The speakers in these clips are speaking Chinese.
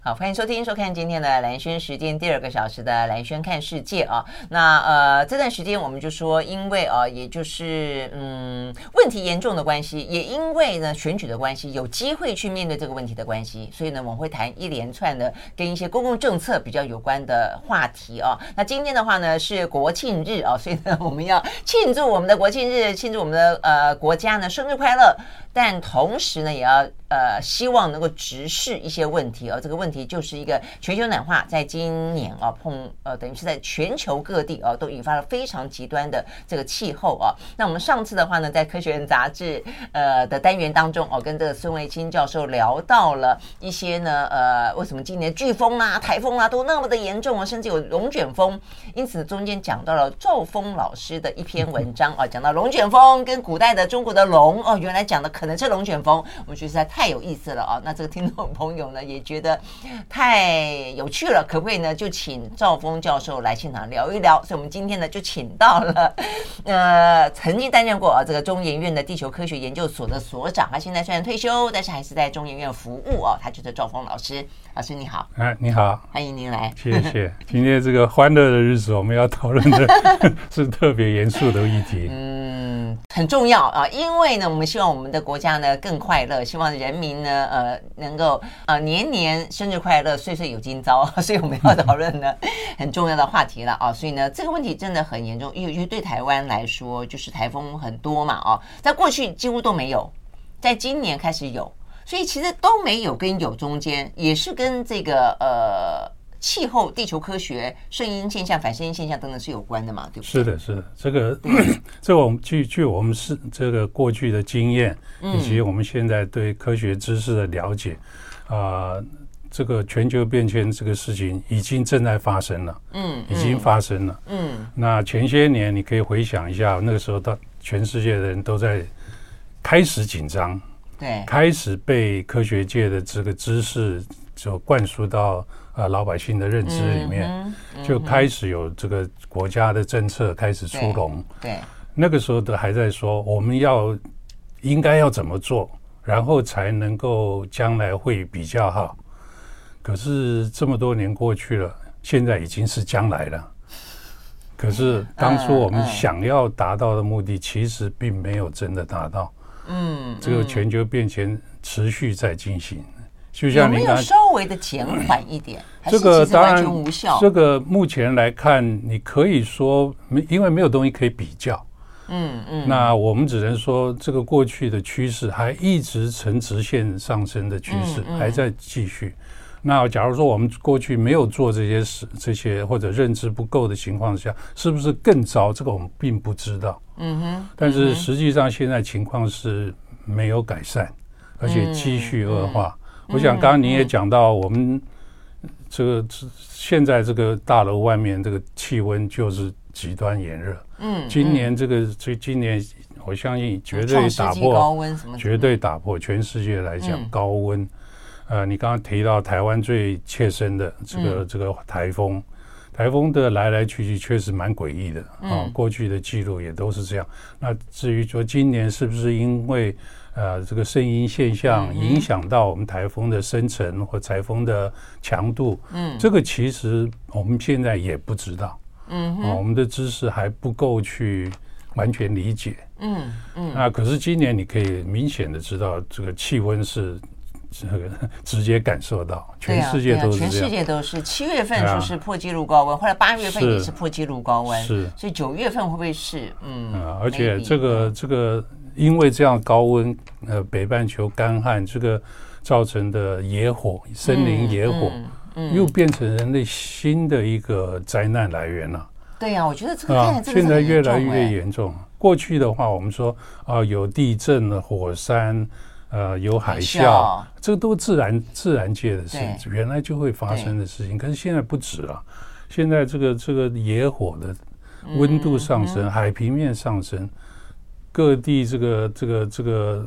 好，欢迎收听收看今天的蓝轩时间第2个小时的蓝轩看世界啊。那这段时间我们就说，因为也就是问题严重的关系，也因为呢选举的关系，有机会去面对这个问题的关系，所以呢我们会谈一连串的跟一些公共政策比较有关的话题啊。那今天的话呢是国庆日啊，所以呢我们要庆祝我们的国庆日，庆祝我们的国家呢生日快乐。但同时呢，也要希望能够直视一些问题这个问题就是一个全球暖化，在今年等于是在全球各地都引发了非常极端的这个气候那我们上次的话呢，在科学人杂志的单元当中跟这个孙维清教授聊到了一些呢为什么今年飓风啊、台风啊都那么的严重甚至有龙卷风，因此中间讲到了赵峰老师的一篇文章讲到龙卷风跟古代的中国的龙原来讲的可能是龙卷风，我觉得实在太有意思了那这个听众朋友呢也觉得太有趣了，可不可以呢就请赵峰教授来现场聊一聊？所以我们今天呢就请到了曾经担任过这个中研院的地球科学研究所的所长，他现在虽然退休，但是还是在中研院服务他就是赵峰老师。老师你好。 你好， 欢迎您来。 谢谢。今天这个欢乐的日子，我们要讨论的是特别严肃的议题。 很重要因为呢，我们希望我们的国家呢更快乐，希望人民呢能够年年生日快乐，岁岁有今朝，所以我们要讨论呢很重要的话题了所以呢，这个问题真的很严重，尤其对台湾来说，就是台风很多嘛在过去几乎都没有，在今年开始有，所以其实都没有跟有中间也是跟这个气候、地球科学、顺应现象、反顺应现象等等是有关的嘛，对不对？ 是的，是的，这个我们据我们是这个过去的经验，以及我们现在对科学知识的了解，这个全球变迁这个事情已经正在发生了，已经发生了，那前些年你可以回想一下，那个时候到全世界的人都在开始紧张， 对， 开始被科学界的这个知识就灌输到老百姓的认知里面，就开始有这个国家的政策开始出笼。 对， 那个时候都还在说我们应该要怎么做，然后才能够将来会比较好。可是这么多年过去了，现在已经是将来了。可是当初我们想要达到的目的，其实并没有真的达到。这个全球变迁持续在进行。就像有没有稍微的减缓一点？ 这个当然无效。 这个目前来看，你可以说因为没有东西可以比较。那我们只能说，这个过去的趋势还一直呈直线上升的趋势，还在继续。那假如说我们过去没有做这些或者认知不够的情况下，是不是更糟？这个我们并不知道。但是实际上现在情况是没有改善，而且继续恶化。我想刚刚您也讲到，我们这个现在这个大楼外面这个气温就是极端炎热。今年今年我相信绝对打破全世界来讲高温。你刚刚提到台湾最切身的这个台风的来来去去确实蛮诡异的过去的记录也都是这样。那至于说今年是不是因为这个圣婴现象影响到我们台风的生成或台风的强度，这个其实我们现在也不知道。我们的知识还不够去完全理解。那可是今年你可以明显的知道，这个气温是这个直接感受到，全世界都是这样。 全世界都是7月份说是破纪录高温，后来8月份也是破纪录高温，所以9月份会不会是？ 而且这个因为这样高温，北半球干旱，这个造成的野火、森林野火，又变成人类新的一个灾难来源了。 对呀，我觉得这个看起来现在越来越严重。过去的话，我们说有地震、火山。有海啸，这个都自然界的事情，原来就会发生的事情。可是现在不止了，现在这个野火的温度上升，海平面上升，各地这个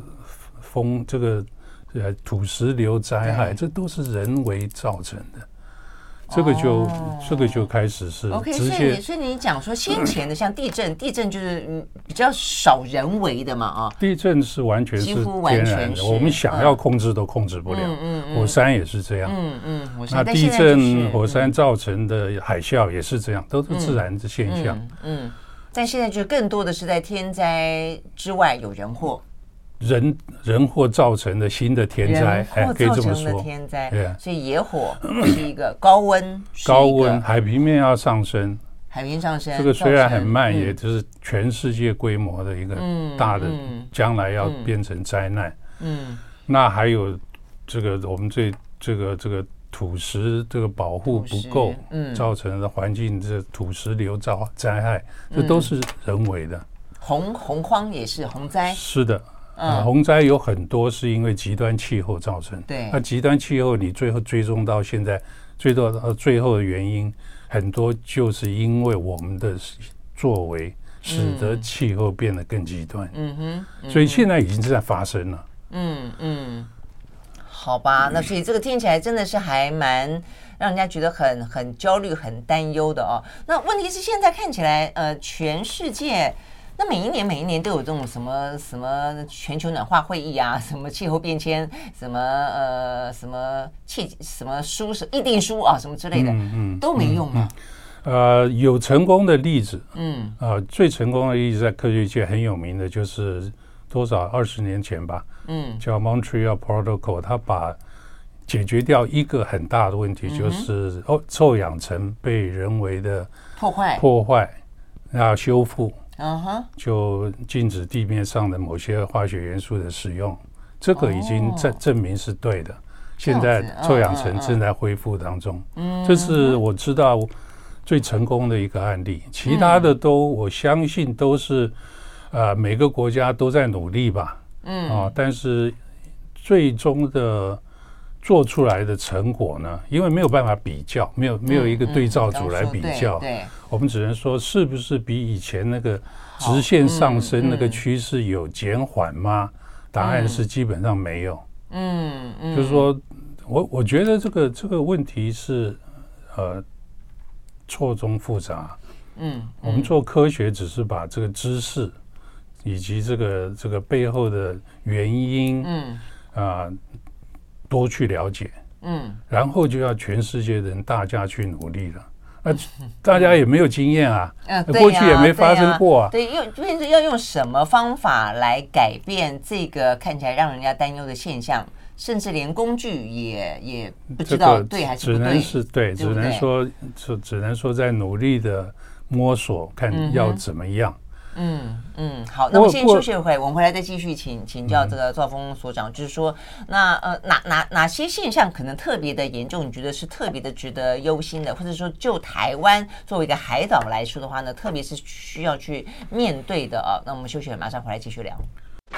风土石流灾害，这都是人为造成的。 这个就开始是直接。 所以你讲说先前的像地震就是比较少人为的嘛啊。 地震是完全是天然的，我们想要控制都控制不了。火山也是这样。那地震、火山造成的海啸也是这样，都是自然的现象。 但现在就更多的是在天灾之外有人祸。 人祸造成的新的天灾，可以这么说。 天灾，所以野火是一个高温， 海平面要上升，这个虽然很慢，也就是全世界规模的一个大的，将来要变成灾难。那还有这个我们这个土石这个保护不够，造成的环境这土石流灾害，这都是人为的。 洪荒也是洪灾， 是的。洪灾有很多是因为极端气候造成。 对， 那极端气候你最后追踪到现在，最后的原因很多就是因为我们的作为使得气候变得更极端。所以现在已经在发生了。 好吧，那所以这个听起来真的是还蛮让人家觉得很焦虑、很担忧的哦。那问题是现在看起来，全世界。那每一年都有这种什么全球暖化会议啊，什么气候变迁，什么书是议定书啊，什么之类的，都没用吗？ 有成功的例子，最成功的例子在科学界很有名的就是20年前吧，叫 Montreal Protocol， 它把解决掉一个很大的问题，就是臭氧层被人为的破坏，要修复。就禁止地面上的某些化学元素的使用，这个已经证明是对的。现在臭氧层正在恢复当中，这是我知道最成功的一个案例。其他的我相信都是每个国家都在努力吧，但是最终的做出来的成果呢，因为没有办法比较，没有一个对照组来比较，我们只能说是不是比以前那个直线上升那个趋势有减缓吗？答案是基本上没有。就是说我觉得这个问题是错综复杂。我们做科学只是把这个知识以及这个背后的原因多去了解，然后就要全世界人大家去努力了。大家也没有经验啊，过去也没发生过啊。 对，要用什么方法来改变这个看起来让人家担忧的现象？甚至连工具也不知道对还是不对， 只能说在努力的摸索，看要怎么样。 好，那我们先休息一会，我们回来再继续请教这个兆丰所长，就是说，那哪些现象可能特别的严重？你觉得是特别的值得忧心的，或者说就台湾作为一个海岛来说的话呢，特别是需要去面对的啊？那我们休息了，马上回来继续聊。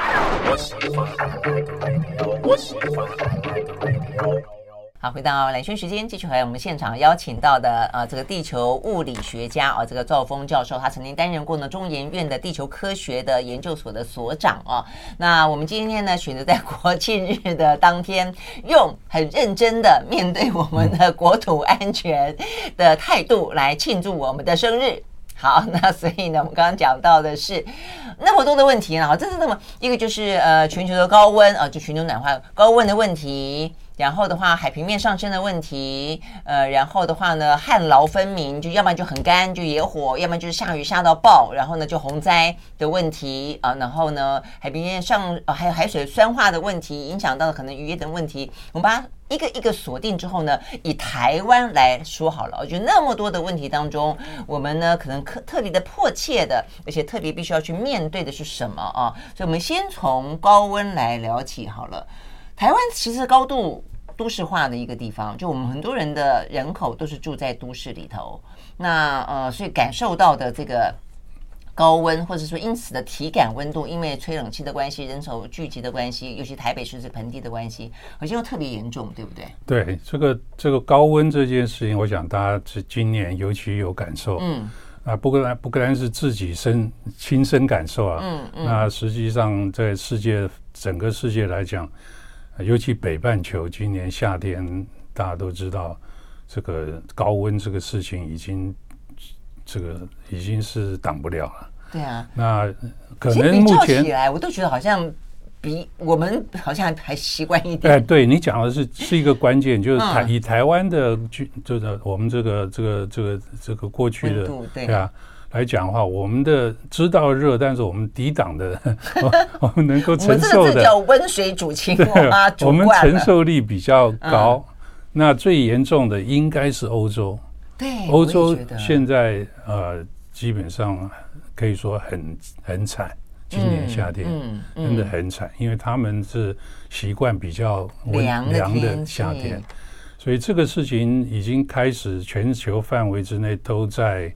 好，回到蓝轩时间，继续和我们现场邀请到的这个地球物理学家这个兆丰教授，他曾经担任过呢中研院的地球科学的研究所的所长那我们今天呢选择在国庆日的当天，用很认真的面对我们的国土安全的态度来庆祝我们的生日。好，那所以呢，我们刚刚讲到的是那么多的问题这是那么一个就是全球的高温就全球暖化高温的问题。然后的话，海平面上升的问题，然后的话呢，旱涝分明，就要不然就很干，就野火，要不然就是下雨下到爆，然后呢就洪灾的问题然后呢海平面上还有海水酸化的问题，影响到可能渔业的问题。我们把它一个一个锁定之后呢，以台湾来说好了，我觉得那么多的问题当中，我们呢可能特别的迫切的，而且特别必须要去面对的是什么所以我们先从高温来聊起好了。台湾其实高度都市化的一个地方，就我们很多人的人口都是住在都市里头，那所以感受到的这个高温，或者说因此的体感温度，因为吹冷气的关系，人手聚集的关系，尤其台北市是盆地的关系，好像又特别严重，对不对？对， 这个高温这件事情，我想大家今年尤其有感受。不单是自己亲身感受那实际上在整个世界来讲，尤其北半球今年夏天大家都知道这个高温这个事情已经是挡不了了。 对啊， 那可能目前起来，我都觉得好像比我们好像还习惯一点。 对你讲的是一个关键，就是以台湾的就是我们这个过去的对啊来讲的话，我们的知道热，但是我们抵挡的，我们能够承受的， 我们这个字叫温水煮青蛙， 我们承受力比较高。那最严重的应该是欧洲， 对， 欧洲现在基本上可以说很惨。今年夏天真的很惨，因为他们是习惯比较凉的夏天，所以这个事情已经开始全球范围之内都在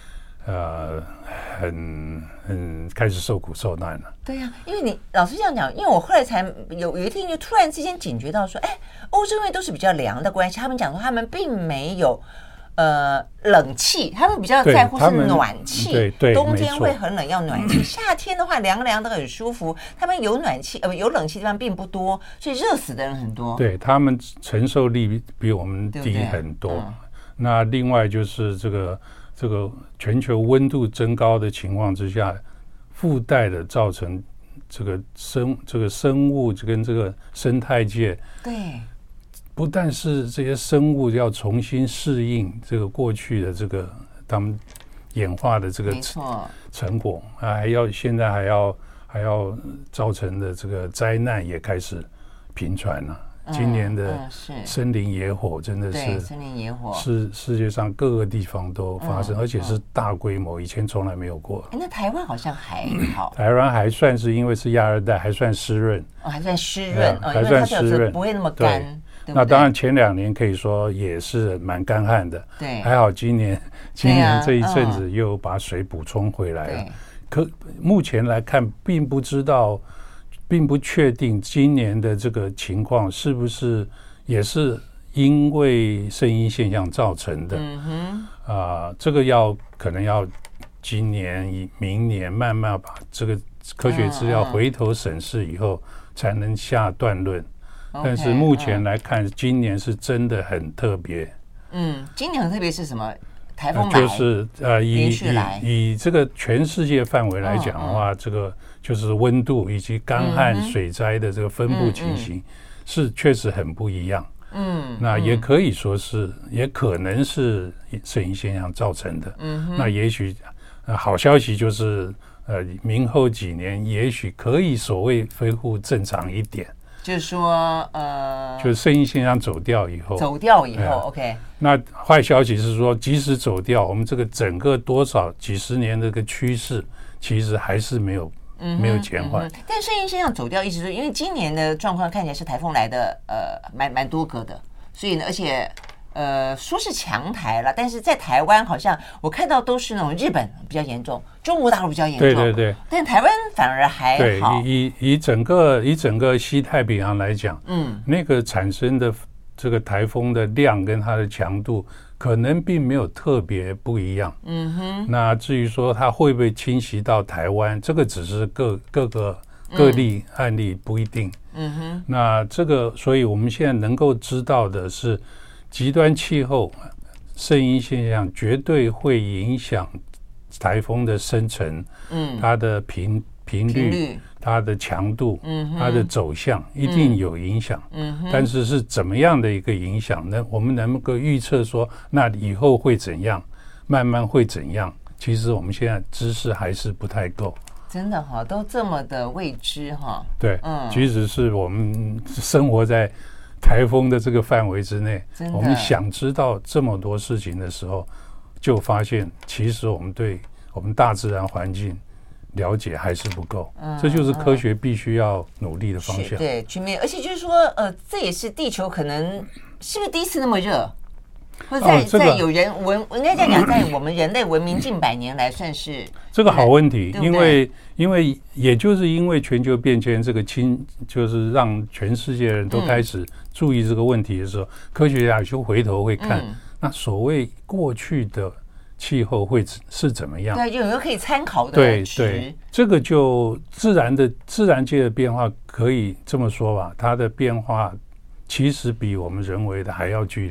很开始受苦受难了。 对呀，因为你老实这样讲，因为我后来才有一天就突然之间警觉到说，哎，欧洲因为都是比较凉的关系，他们讲说他们并没有冷气，他们比较在乎是暖气。 对， 冬天会很冷，要暖气；夏天的话凉凉的很舒服。他们有暖气有冷气的地方并不多，所以热死的人很多。 对，他们承受力比我们低很多。那另外就是这个全球温度增高的情况之下，附带的造成这个生物跟这个生态界对。 不但是这些生物要重新适应这个过去的这个他们演化的这个成果啊，现在还要造成的这个灾难也开始频传了。今年的森林野火真的是森林野火是世界上各个地方都发生，而且是大规模，以前从来没有过。 那台湾好像还好， 台湾还算是因为是亚热带，还算湿润， 还算湿润， 还算湿润， 不会那么干。 那当然，前2年可以说也是蛮干旱的。 对， 还好今年这一阵子又把水补充回来了。可目前来看，并不确定今年的这个情况是不是也是因为圣婴现象造成的。这个可能要今年、明年慢慢把这个科学资料回头审视以后，才能下断论。但是目前来看，今年是真的很特别。 今年很特别是什么？台风来， 就是以这个全世界范围来讲的话，这个就是温度以及干旱水灾的这个分布情形是确实很不一样。那也可以说是，也可能是圣婴现象造成的。那也许好消息就是明后几年也许可以所谓恢复正常一点。 就是说， 就是圣婴现象走掉以后 ，OK。 那坏消息是说，即使走掉，我们这个整个多少几十年的这个趋势，其实还是没有减缓。 但圣婴现象走掉，意思是因为今年的状况看起来是台风来的，蛮多个的，所以呢，而且。说是强台了，但是在台湾好像我看到都是那种日本比较严重，中国大陆比较严重， 对， 但台湾反而还好。 对，以整个西太平洋来讲，那个产生的这个台风的量跟它的强度，可能并没有特别不一样。那至于说它会不会侵袭到台湾，这个只是各例案例不一定。那这个，所以我们现在能够知道的是。极端气候、圣婴现象绝对会影响台风的生成，它的频率、它的强度、它的走向一定有影响。但是怎么样的一个影响呢？我们能够预测说，那以后会怎样，慢慢会怎样？其实我们现在知识还是不太够。 真的哈，都这么的未知哈。 对，即使是我们生活在台风的这个范围之内，我们想知道这么多事情的时候，就发现其实我们对我们大自然环境了解还是不够。这就是科学必须要努力的方向。 对，全面，而且就是说，这也是地球可能是不是第一次那么热，或者在有人我应该这样讲，在我们人类文明近100年来算是这个好问题，因为也就是因为全球变迁这个就是让全世界人都开始注意这个问题的时候，科学家就回头会看，那所谓过去的气候会是怎么样？ 对，有没有可以参考的对，这个就自然界的变化可以这么说吧，它的变化其实比我们人为的还要剧烈。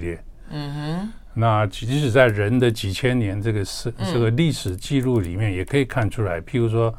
那即使在人的几千年这个历史记录里面，也可以看出来，譬如说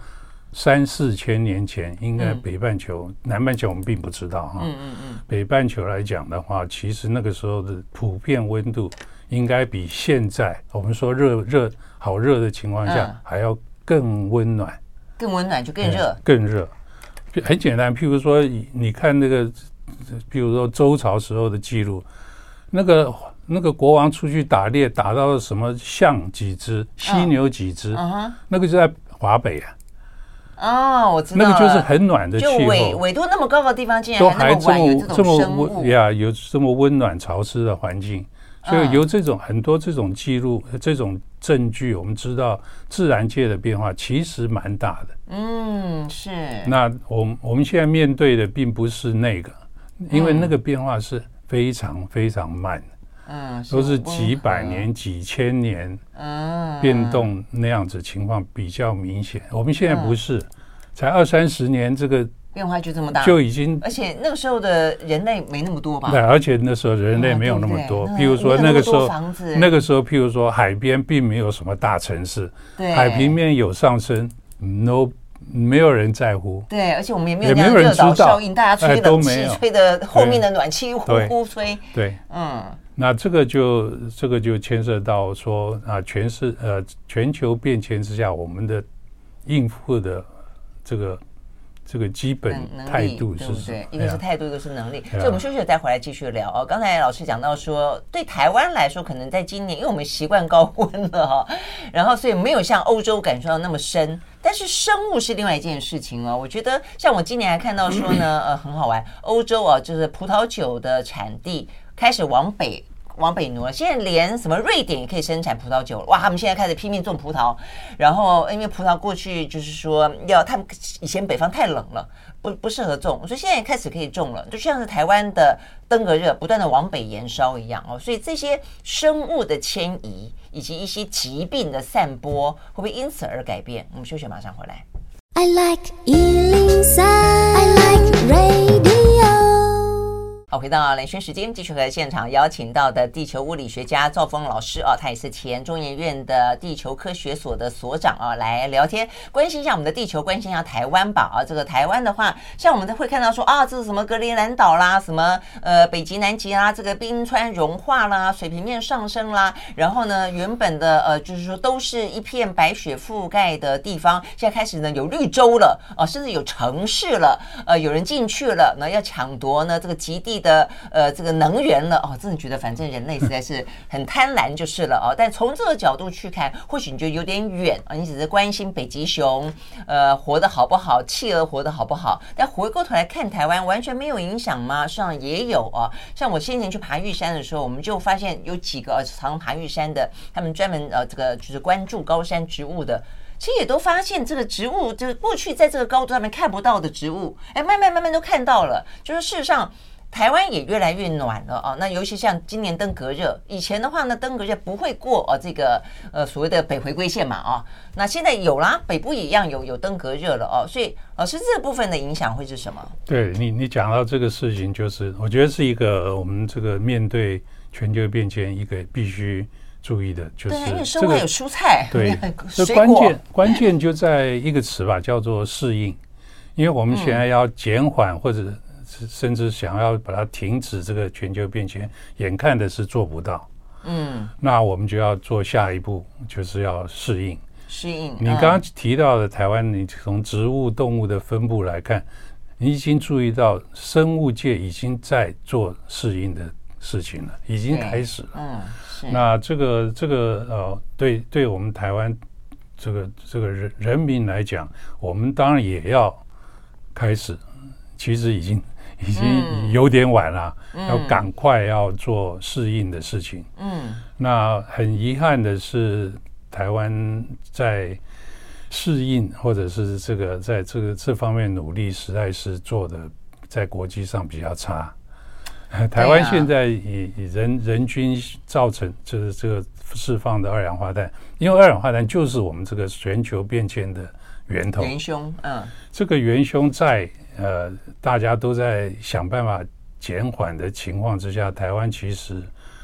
3、4千年前，应该北半球、南半球我们并不知道哈。北半球来讲的话，其实那个时候的普遍温度应该比现在我们说好热的情况下还要更温暖。 更温暖就更热。 更热。很简单，譬如说你看那个，譬如说周朝时候的记录，那个国王出去打猎，打到什么象几只，犀牛几只，那个就在华北啊。 我知道了， 那个就是很暖的气候， 就纬度那么高的地方，竟然还那么晚有这种生物呀，有这么温暖潮湿的环境，所以由很多这种记录、这种证据，我们知道自然界的变化其实蛮大的。 是。 那我们现在面对的并不是那个，因为那个变化是非常非常慢的。都是几百年、几千年变动那样子情况比较明显。我们现在不是，才20、30年，这个变化就这么大， 就已经， 而且那个时候的人类没那么多吧？ 对，而且那时候人类没有那么多。譬如说那个时候，譬如说海边并没有什么大城市，海平面有上升，没有人在乎。 对，而且我们也没有那样热岛效应，大家吹冷气吹的后面的暖气呼呼吹。 对，那这个就牵涉到说啊，全球变迁之下，我们的应付的这个基本态度是什么？ 一个是态度，一个是能力。所以我们休息了再回来继续聊刚才老师讲到说，对台湾来说，可能在今年，因为我们习惯高温了然后所以没有像欧洲感受到那么深。但是生物是另外一件事情我觉得像我今年还看到说呢，很好玩，欧洲就是葡萄酒的产地开始往北挪了，现在连什么瑞典也可以生产葡萄酒了。哇，他们现在开始拼命种葡萄，然后因为葡萄过去就是说他们以前北方太冷了，不适合种，所以现在也开始可以种了，就像是台湾的登革热不断的往北延烧一样所以这些生物的迁移以及一些疾病的散播，会不会因此而改变？我们休息，马上回来。I like 103, I like radio。好，回到蓝轩时间，继续和现场邀请到的地球物理学家赵峰老师他也是前中研院的地球科学所的所长来聊天，关心一下我们的地球，关心一下台湾吧这个台湾的话，像我们会看到说这是什么格陵兰岛啦，什么北极、南极啦，这个冰川融化啦，水平面上升啦，然后呢，原本的就是说都是一片白雪覆盖的地方，现在开始呢有绿洲了甚至有城市了，有人进去了，要抢夺呢这个极地的这个能源了真的觉得反正人类实在是很贪婪就是了但从这个角度去看，或许你觉得有点远你只是关心北极熊活得好不好，企鹅活得好不好，但回过头来看台湾完全没有影响吗？实际上也有像我先前去爬玉山的时候，我们就发现有几个常爬玉山的，他们专门这个就是关注高山植物的，其实也都发现这个植物，就是过去在这个高度上面看不到的植物，慢慢都看到了。就是事实上，台湾也越来越暖了那尤其像今年登革热，以前的话呢，登革热不会过这个所谓的北回归线嘛那现在有啦，北部也一样有登革热了所以老师这个部分的影响会是什么？对你讲到这个事情，就是我觉得是一个我们这个面对全球变迁一个必须注意的，就是因为生活有蔬菜， 对， 水果， 关键就在一个词吧，叫做适应。因为我们现在要减缓或者甚至想要把它停止这个全球变迁，眼看的是做不到。那我们就要做下一步，就是要适应。你刚刚提到的台湾，你从植物、动物的分布来看，你已经注意到生物界已经在做适应的事情了，已经开始了。那这个对我们台湾这个人民来讲，我们当然也要开始，其实已经有点晚了，要赶快要做适应的事情。那很遗憾的是，台湾在适应或者是在这方面努力，实在是做的在国际上比较差。台湾现在以人均造成就是这个释放的二氧化碳，因为二氧化碳就是我们这个全球变迁的元凶。这个元凶在大家都在想办法减缓的情况之下，台湾其实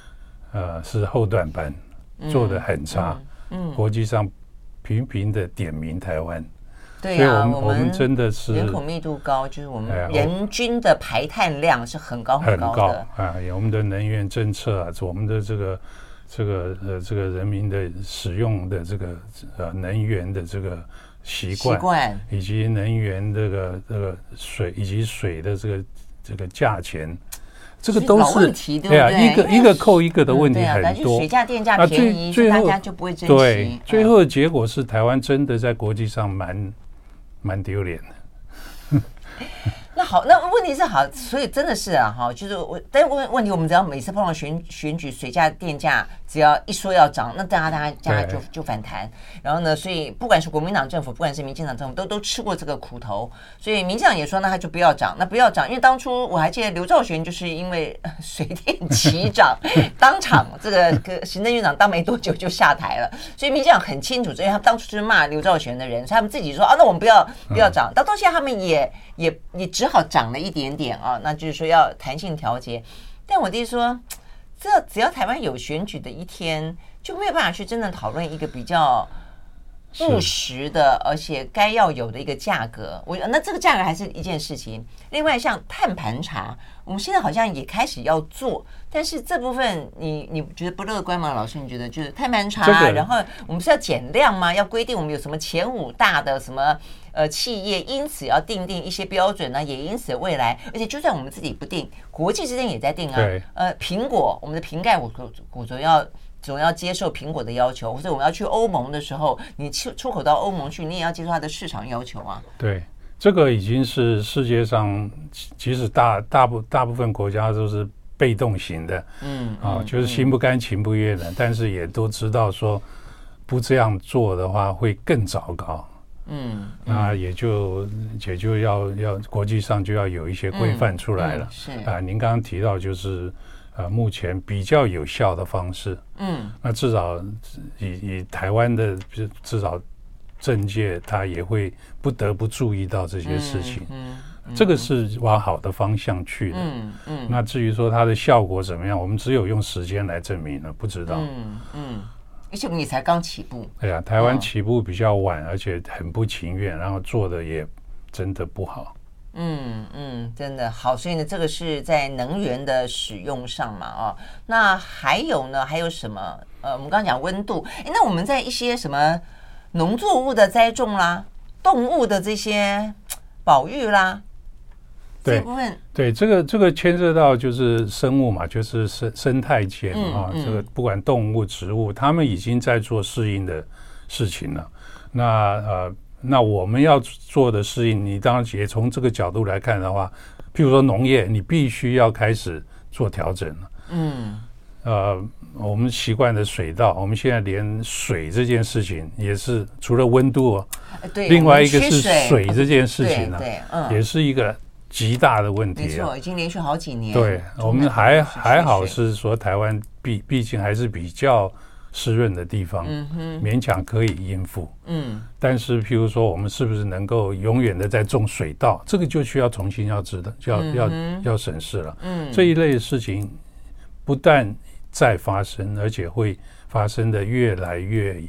是后段班，做得很差，国际上频频的点名台湾。 对啊， 所以我们真的是人口密度高，就是我们人均的排碳量是很高很高的啊。我们的能源政策啊，我们的这个人民的使用的这个能源的这个习惯，以及能源这个水以及水的这个价钱。这个都是问题，对不对？ 一个扣一个的问题很多。 水价电价便宜，大家就不会珍惜。 对，最后的结果是台湾真的在国际上蛮丢脸的。 那好，那问题是好，所以真的是啊，哈，就是但问题我们只要每次碰到选举，水价、电价只要一说要涨，那大家就反弹。然后呢，所以不管是国民党政府，不管是民进党政府，都吃过这个苦头。所以民进党也说，那他就不要涨，因为当初我还记得刘兆玄就是因为水电齐涨，当场这个行政院长当没多久就下台了。所以民进党很清楚，所以他当初就是骂刘兆玄的人，所以他们自己说啊，那我们不要涨。到现在他们也只好涨了一点点啊，那就是说要弹性调节。但我弟说，只要台湾有选举的一天，就没有办法去真正讨论一个比较务实的，而且该要有的一个价格。那这个价格还是一件事情。另外，像碳盘查，我们现在好像也开始要做，但是这部分你觉得不乐观吗？老师，你觉得就是碳盘查，然后我们是要减量吗？要规定我们有什么前5大的什么企业，因此要定一些标准呢？也因此未来，而且就算我们自己不定，国际之间也在定啊。苹果，我们的瓶盖股总要接受苹果的要求，或者我们要去欧盟的时候，你出口到欧盟去，你也要接受它的市场要求啊。 对，这个已经是世界上其实大部分国家都是被动型的，就是心不甘情不愿的，但是也都知道说不这样做的话会更糟糕。那也就要国际上就要有一些规范出来了。 是您刚刚提到就是目前比较有效的方式。那至少以台湾的至少政界他也会不得不注意到这些事情。这个是往好的方向去的。那至于说它的效果怎么样，我们只有用时间来证明了，不知道。 而且你才刚起步。 对啊，台湾起步比较晚，而且很不情愿，然后做的也真的不好。 真的好，所以呢，这个是在能源的使用上嘛，那还有呢？还有什么？我们刚刚讲温度，那我们在一些什么农作物的栽种啦、动物的这些保育啦， 对， 这部分对这个牵涉到就是生物嘛，就是生态界嘛，这个不管动物、植物，他们已经在做适应的事情了。那我们要做的适应，你当然也从这个角度来看的话，譬如说农业，你必须要开始做调整了。我们习惯的水稻，我们现在连水这件事情也是除了温度另外一个是水这件事情也是一个极大的问题。 没错，已经连续好几年。 对，我们还好是说台湾毕竟还是比较湿润的地方，勉强可以应付。但是譬如说我们是不是能够永远的在种水稻，这个就需要重新要知道，要审视了。这一类的事情不但在发生，而且会发生的越来越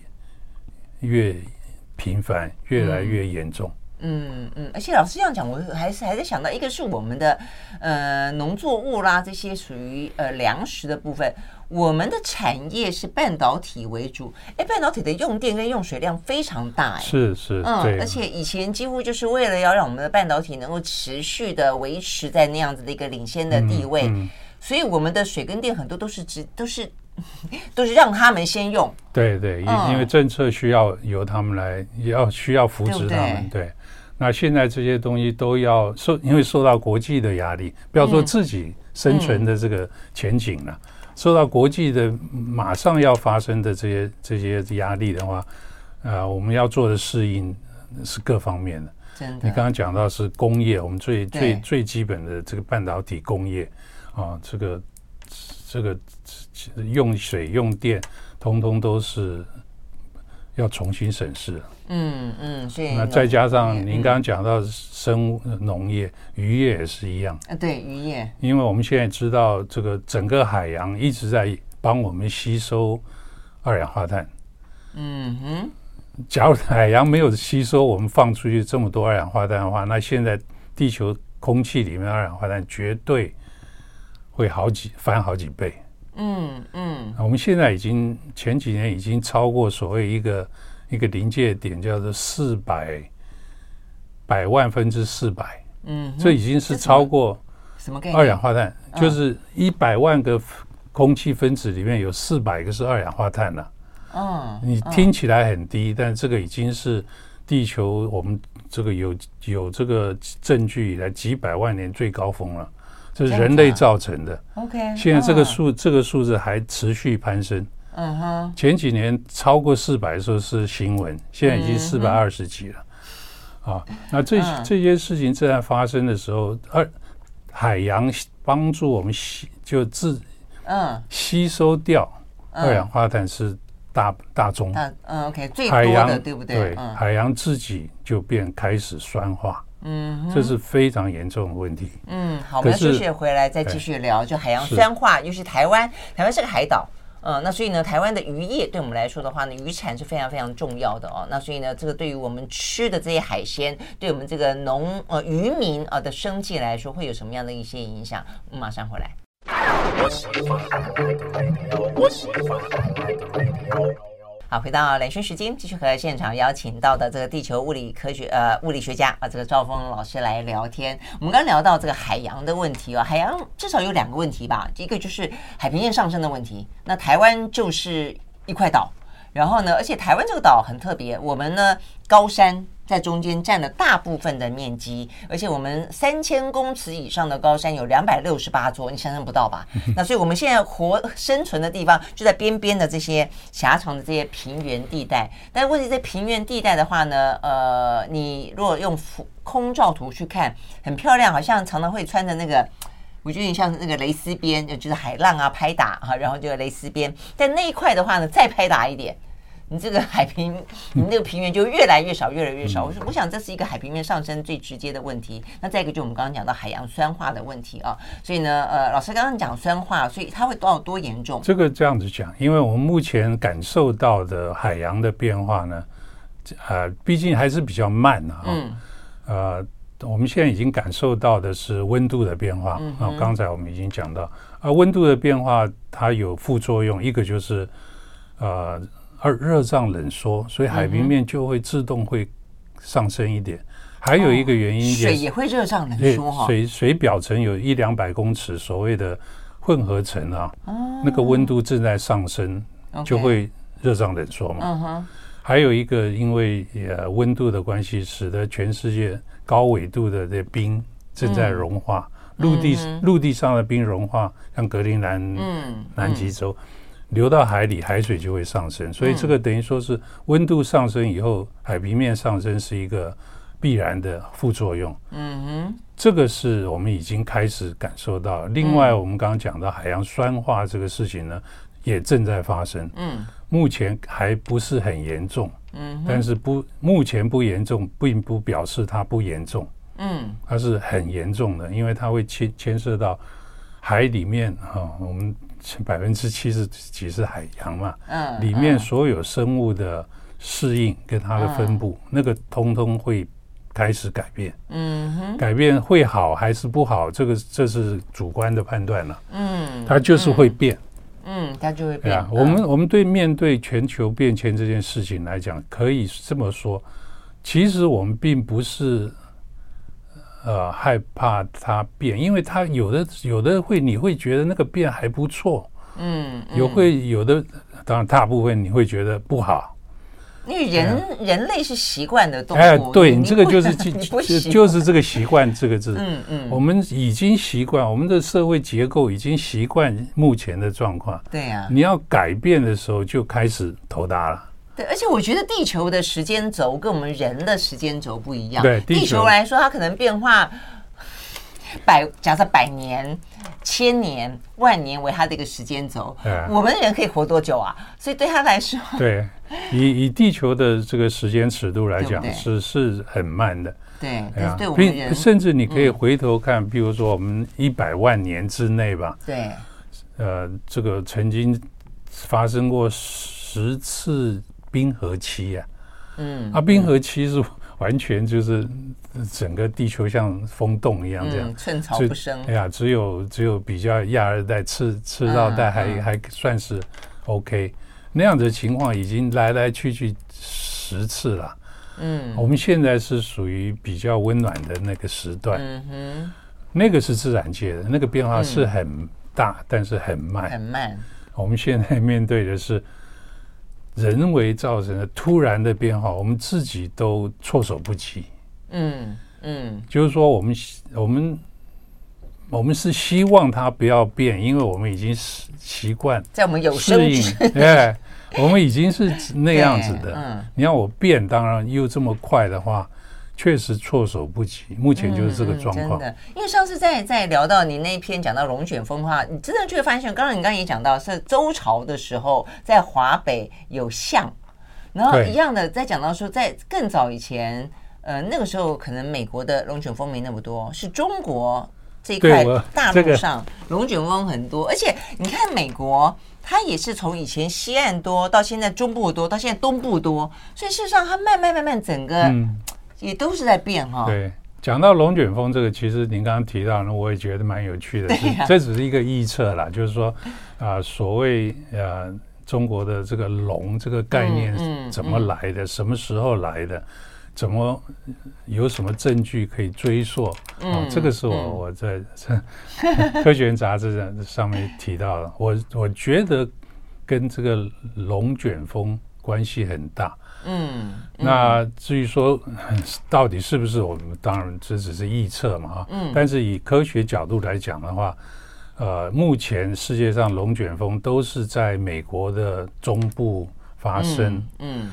频繁，越来越严重。 而且老师这样讲，我还在想到一个是我们的农作物啦，这些属于粮食的部分，我们的产业是半导体为主，半导体的用电跟用水量非常大， 是，对， 而且以前几乎就是為了要让我们的半导体能够持续的维持在那样子的一个领先的地位，所以我们的水跟电很多都是让他们先用， 对，因为政策需要由他们来，需要扶持他们，对。那现在这些东西都要因为受到国际的压力，不要说自己生存的这个前景了，受到国际的马上要发生的这些压力的话，我们要做的适应是各方面的。 真的， 你刚刚讲到是工业，我们最基本的这个半导体工业这个用水用电，通通都是要重新审视了。 所以那再加上您刚刚讲到生物农业、渔业也是一样。 对，渔业， 因为我们现在知道这个整个海洋一直在帮我们吸收二氧化碳。假如海洋没有吸收我们放出去这么多二氧化碳的话，那现在地球空气里面二氧化碳绝对会翻好几倍。我们现在前几年已经超过所谓一个临界点，叫做百万分之400。这已经是超过什么概念？ 二氧化碳，就是100万个空气分子里面有400个是二氧化碳了。你听起来很低，但这个已经是地球我们这个有这个证据以来几百万年最高峰了。这是人类造成的。 OK， 现在这个数字还持续攀升。前几年超过400的时候是新闻，现在已经420几了。那这些事情正在发生的时候，海洋帮助我们吸收掉二氧化碳是大宗。 OK， 最多的对不对？ 对，海洋自己就开始酸化。这是非常严重的问题。 好，我们要休息回来再继续聊。就海洋酸化，尤其台湾是个海岛。那所以呢，台湾的渔业对我们来说的话呢，渔产是非常非常重要的哦。那所以呢，这个对于我们吃的这些海鲜，对我们这个渔民的生计来说，会有什么样的一些影响？我们马上回来。好，回到蓝轩时间，继续和现场邀请到的这个地球物理学家这个赵峰老师来聊天。我们刚聊到这个海洋的问题海洋至少有2个问题吧，一个就是海平面上升的问题。那台湾就是一块岛，然后呢，而且台湾这个岛很特别，我们呢高山在中间占了大部分的面积，而且我们3000公尺以上的高山有268座，你想象不到吧？那所以我们现在生存的地方就在边边的这些狭长的这些平原地带。但问题在平原地带的话呢，你如果用空照图去看，很漂亮，好像常常会穿的那个。我觉得你像那个蕾丝边，就是海浪拍打然后就蕾丝边。但那一块的话呢，再拍打一点，你这个你那个平原就越来越少，越来越少。我想这是一个海平面上升最直接的问题。那再一个就我们刚刚讲到海洋酸化的问题所以呢，老师刚刚讲酸化，所以它会多严重？ 这个这样子讲，因为我们目前感受到的海洋的变化呢，毕竟还是比较慢我们现在已经感受到的是温度的变化刚才我们已经讲到温度的变化它有副作用，一个就是热胀冷缩，所以海平面就会自动会上升一点。还有一个原因水也会热胀冷缩水表层有100-200公尺所谓的混合层那个温度正在上升就会热胀冷缩嘛还有一个因为温度的关系，使得全世界高纬度的这冰正在融化，陆地上的冰融化，像格陵兰、南极洲流到海里，海水就会上升。所以这个等于说是温度上升以后，海平面上升是一个必然的副作用。这个是我们已经开始感受到。另外，我们刚刚讲到海洋酸化这个事情呢，也正在发生。目前还不是很严重。但是目前不严重，并不表示它不严重。它是很严重的，因为它会牵涉到海里面我们70%几是海洋嘛，里面所有生物的适应跟它的分布，那个通通会开始改变。改变会好还是不好，这是主观的判断了。它就是会变。 它就会变。 我们面对全球变迁这件事情来讲，可以这么说，其实我们并不是害怕它变，因为它有的你会觉得那个变还不错，有的当然大部分你会觉得不好。 因为人类是习惯的动物， 对，你这个就是这个习惯这个字。我们已经习惯，我们的社会结构已经习惯目前的状况。 对呀， 你要改变的时候就开始头大了。 对，而且我觉得地球的时间轴跟我们人的时间轴不一样。 对， 地球来说，它可能变化假设100年、1000年、10000年为它的一个时间轴，我们人可以活多久啊？所以对他来说， 对，以地球的这个时间尺度来讲，是很慢的。 对，但是对我们人， 甚至你可以回头看，比如说我们100万年之内吧， 对， 这个曾经发生过10次冰河期啊。冰河期是完全就是整个地球像风洞一样这样， 寸草不生。 哎呀，只有比较亚热带、赤道带还算是 OK， 那样的情况已经来来去去10次了。我们现在是属于比较温暖的那个时段。那个是自然界的，那个变化是很大，但是很慢。我们现在面对的是人为造成的突然的变化，我们自己都措手不及。就是说我们是希望它不要变，因为我们已经习惯， 在我们有生之年，我们已经是那样子的。你要我变，当然又这么快的话，确实措手不及。目前就是这个状况。真的， 因为上次在聊到你那一篇讲到龙卷风的话，你真的就会发现，你刚刚也讲到是周朝的时候，在华北有象，然后一样的在讲到说，在更早以前，那个时候可能美国的龙卷风没那么多，是中国这一块大陆上龙卷风很多，而且你看美国。它也是从以前西岸多到现在中部多到现在东部多，所以事实上它慢慢整个也都是在变哈。 对，讲到龙卷风这个，其实您刚刚提到呢，我也觉得蛮有趣的。这只是一个臆测啦，就是说所谓中国的这个龙这个概念怎么来的，什么时候来的？怎么有什么证据可以追溯？这个是我在科学人杂志上面提到的。我觉得跟这个龙卷风关系很大。那至于说到底是不是，我们当然这只是臆测嘛。但是以科学角度来讲的话，目前世界上龙卷风都是在美国的中部发生。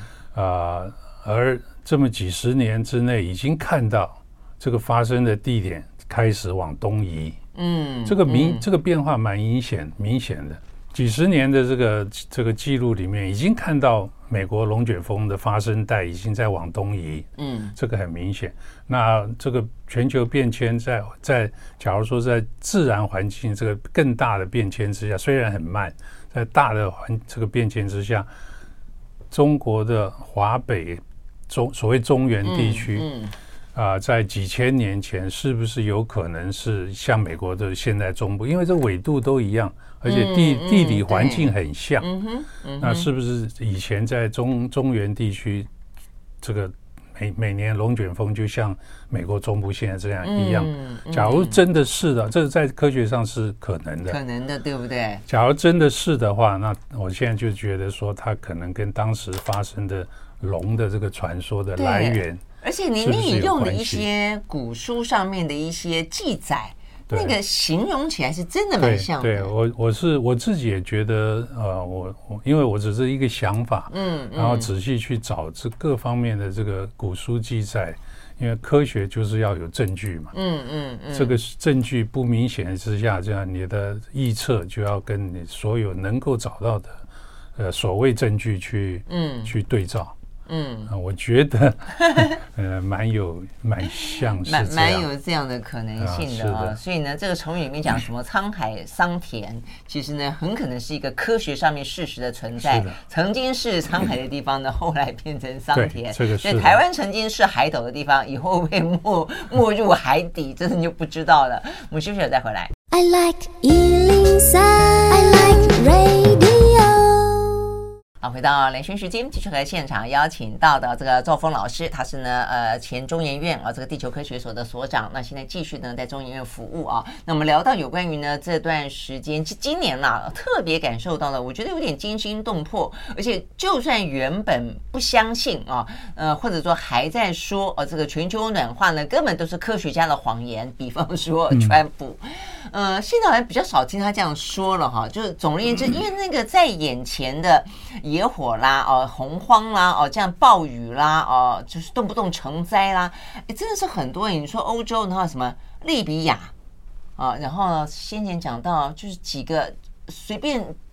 而这么几十年之内，已经看到这个发生的地点开始往东移。这个变化蛮明显的。几十年的这个记录里面，已经看到美国龙卷风的发生带已经在往东移。这个很明显。那这个全球变迁在假如说在自然环境这个更大的变迁之下，虽然很慢，在大的这个变迁之下，中国的华北所谓中原地区在几千年前是不是有可能是像美国的现在中部，因为这纬度都一样，而且地理环境很像。那是不是以前在中原地区这个每年龙卷风就像美国中部现在这样一样？假如真的是的，这在科学上是可能的， 对不对？ 假如真的是的话，那我现在就觉得说，它可能跟当时发生的龙的这个传说的来源， 而且你引用的一些古书上面的一些记载，那个形容起来是真的蛮像的。 对，我自己也觉得，因为我只是一个想法，然后仔细去找这各方面的这个古书记载，因为科学就是要有证据嘛。这个证据不明显之下，这样你的臆测就要跟你所有能够找到的所谓证据去对照。我觉得蛮像是蛮有这样的可能性的。所以呢，这个成语里面讲什么沧海桑田，其实呢很可能是一个科学上面事实的存在。曾经是沧海的地方呢，后来变成桑田。所以台湾曾经是海岛的地方，以后会没入海底，真的就不知道了。我们休息了再回来。I like 103, I like radio。好，回到连线时间，继续和现场邀请到的这个赵峰老师，他是呢前中研院这个地球科学所的所长，那现在继续呢在中研院服务啊。那我们聊到有关于呢这段时间，今年啦特别感受到了，我觉得有点惊心动魄，而且就算原本不相信或者说还在说这个全球暖化呢根本都是科学家的谎言，比方说川普。现在好像比较少听他这样说了哈，就是总而言之，因为那个在眼前的野火啦，洪荒啦，这样暴雨啦，就是动不动成灾啦，真的是很多人。你说欧洲的话，什么利比亚然后呢，先前讲到就是几个随便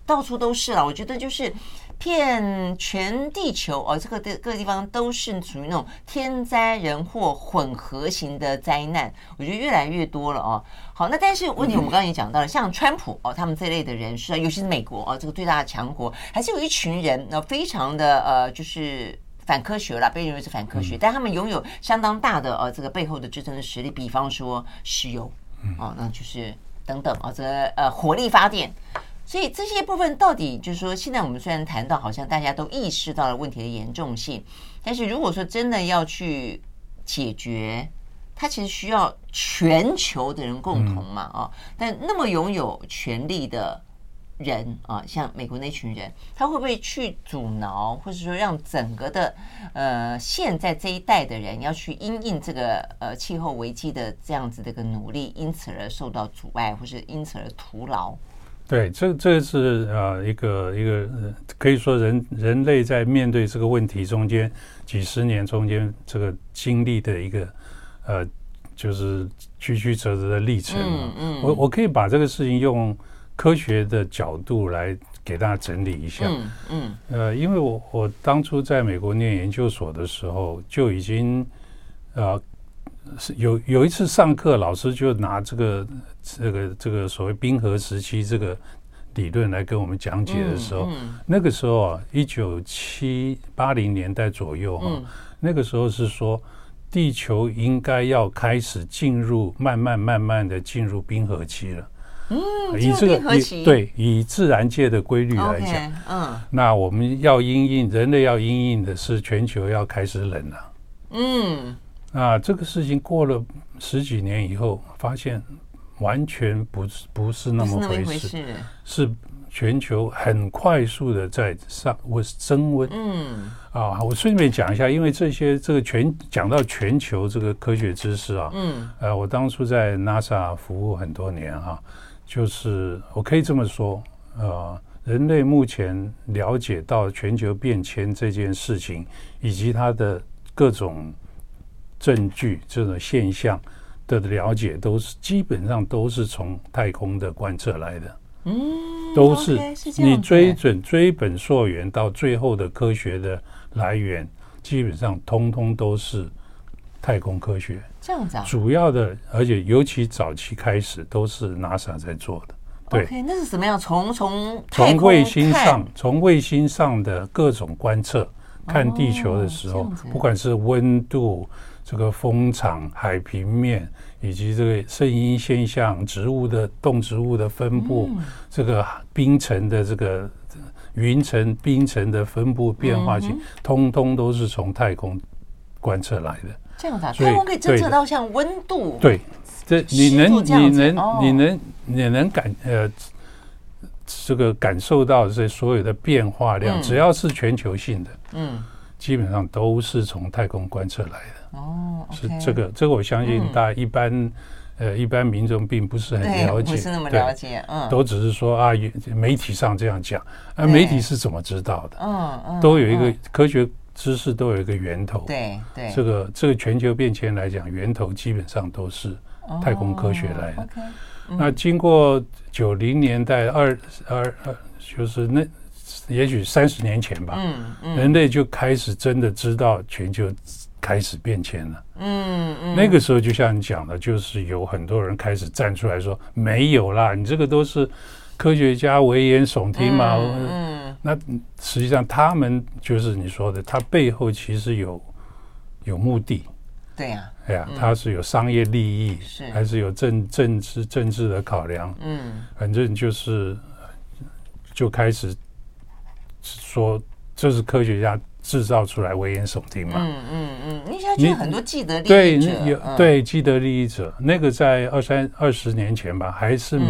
到处都是了。我觉得就是遍全地球哦，这个各个地方都是属于那种天灾人祸混合型的灾难，我觉得越来越多了哦。好，那但是问题我们刚刚也讲到了，像川普哦，他们这类的人士，尤其是美国哦，这个最大的强国，还是有一群人非常的就是反科学啦，被认为是反科学，但他们拥有相当大的这个背后的支撑的实力，比方说石油哦，那就是等等这个火力发电。所以这些部分到底就是说，现在我们虽然谈到好像大家都意识到了问题的严重性，但是如果说真的要去解决，它其实需要全球的人共同嘛但那么拥有权力的人像美国那群人，他会不会去阻挠，或者说让整个的现在这一代的人要去因应这个气候危机的这样子的一个努力，因此而受到阻碍，或是因此而徒劳？ 对，这是一个可以说人类在面对这个问题中间几十年中间这个经历的一个就是曲曲折折的历程。我可以把这个事情用科学的角度来给大家整理一下。因为我当初在美国念研究所的时候，就已经有一次上课，老师就拿这个所谓冰河时期这个理论来跟我们讲解的时候，那个时候1980年代左右那个时候是说地球应该要开始慢慢的进入冰河期了。 以这个对，以自然界的规律来讲，那我们人类要因应的是全球要开始冷了。这个事情过了10几年以后，发现完全不是那么回事，是全球很快速的在升温。我顺便讲一下，因为这个讲到全球这个科学知识我当初在 NASA 服务很多年就是我可以这么说，人类目前了解到全球变迁这件事情，以及它的各种证据这种现象的了解，基本上都是从太空的观测来的。都是你追本溯源到最后的科学的来源，基本上通通都是太空科学。 这样子主要的，而且尤其早期开始都是 NASA 在做的。对， OK， 那是怎么样？从卫星上的各种观测，看地球的时候，不管是温度、这个风场、海平面，以及这个声音现象、动植物的分布，这个冰层的这个云层、冰层的分布变化性，通通都是从太空观测来的。 这样子太空可以侦测到像温度， 对，这你能这个感受到这所有的变化量，只要是全球性的，基本上都是从太空观测来的。是这个我相信大家一般民众并不是很了解， 不是那么了解， 都只是说媒体上这样讲，媒体是怎么知道的？都有一个科学知识都有一个源头。 对， 这个全球变迁来讲，源头基本上都是太空科学来的。那经过90年代就是也许30年前吧，人类就开始真的知道全球开始变迁了。那个时候就像你讲的，就是有很多人开始站出来说没有啦，你这个都是科学家危言耸听嘛。那实际上他们就是你说的，他背后其实有目的。 对呀， 他是有商业利益，还是有政治的考量？反正就开始说这是科学家制造出来危言耸听嘛。 你现在就很多既得利益者， 对既得利益者，那个在20年前吧，还是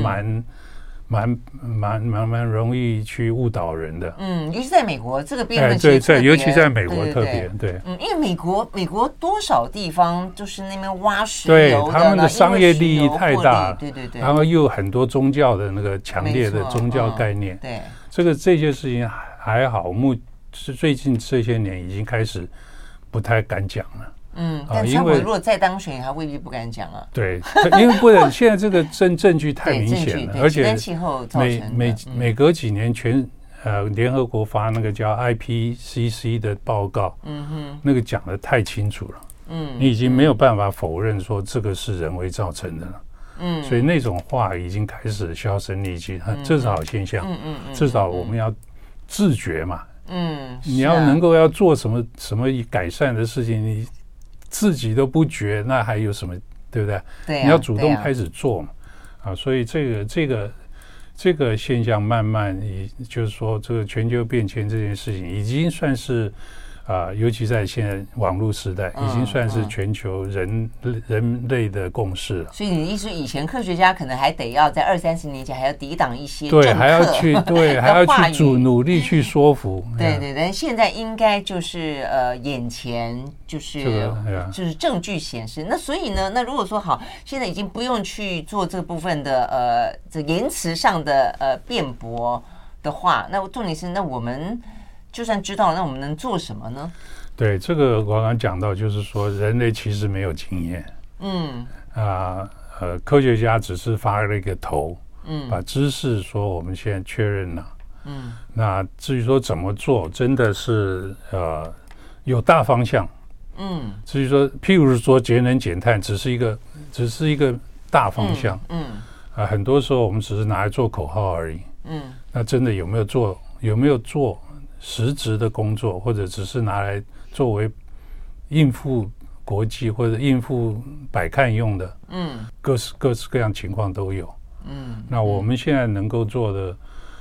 蛮容易去误导人的。 尤其在美国这个辩论， 尤其在美国特别对。 因为美国多少地方就是那边挖石油的， 他们的商业利益太大， 对， 然后又有很多宗教的那个强烈的宗教概念。 对， 这些事情还好，是最近这些年已经开始不太敢讲了。 但川普如果再当选，还未必不敢讲啊。 对，因为不然现在这个证据太明显了，而且气候造成的每隔几年联合国发那个叫 IPCC 的报告，那个讲得太清楚了，你已经没有办法否认说这个是人为造成的了，所以那种话已经开始销声匿迹，这是好现象，至少我们要自觉嘛，你要能够要做什么改善的事情，你自己都不觉，那还有什么，对不对？ 对啊， 你要主动开始做嘛，所以这个现象慢慢，就是说这个全球变迁这件事情，已经算是尤其在现在网络时代，已经算是全球人类的共识了。 所以你的意思，以前科学家可能还得要在20-30年前还要抵挡一些对，还要去努力去说服。 对，但现在应该就是眼前就是证据显示。那所以呢，那如果说好，现在已经不用去做这部分的这言辞上的辩驳的话，那重点是那我们。就算知道了，那我们能做什么呢？ 对，这个我刚刚讲到，就是说人类其实没有经验，科学家只是发了一个头，把知识说我们现在确认了，那至于说怎么做，真的是有大方向，至于说譬如说节能减碳，只是一个大方向，很多时候我们只是拿来做口号而已，那真的有没有做实质的工作，或者只是拿来作为应付国际或者应付百看用的，各式各样情况都有，那我们现在能够做的，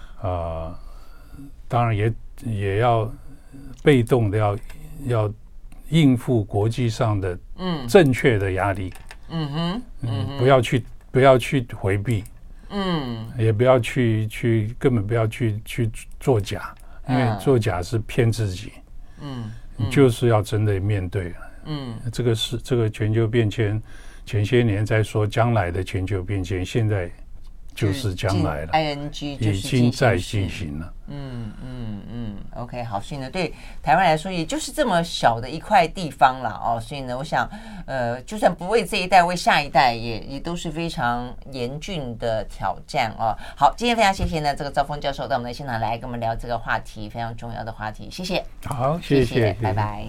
当然也要被动的要应付国际上的正确的压力，不要去回避，也不要根本不要去作假。因为作假是骗自己，你就是要真的面对，这个全球变迁，前些年在说将来的全球变迁，现在就是将来了 ，ING 已经在进行了。 OK， 好，所以呢，对台湾来说，也就是这么小的一块地方了哦，所以呢，我想，就算不为这一代，为下一代也都是非常严峻的挑战哦。好，今天非常谢谢呢，这个兆丰教授到我们的现场来跟我们聊这个话题，非常重要的话题，谢谢。 好，谢谢， 拜拜。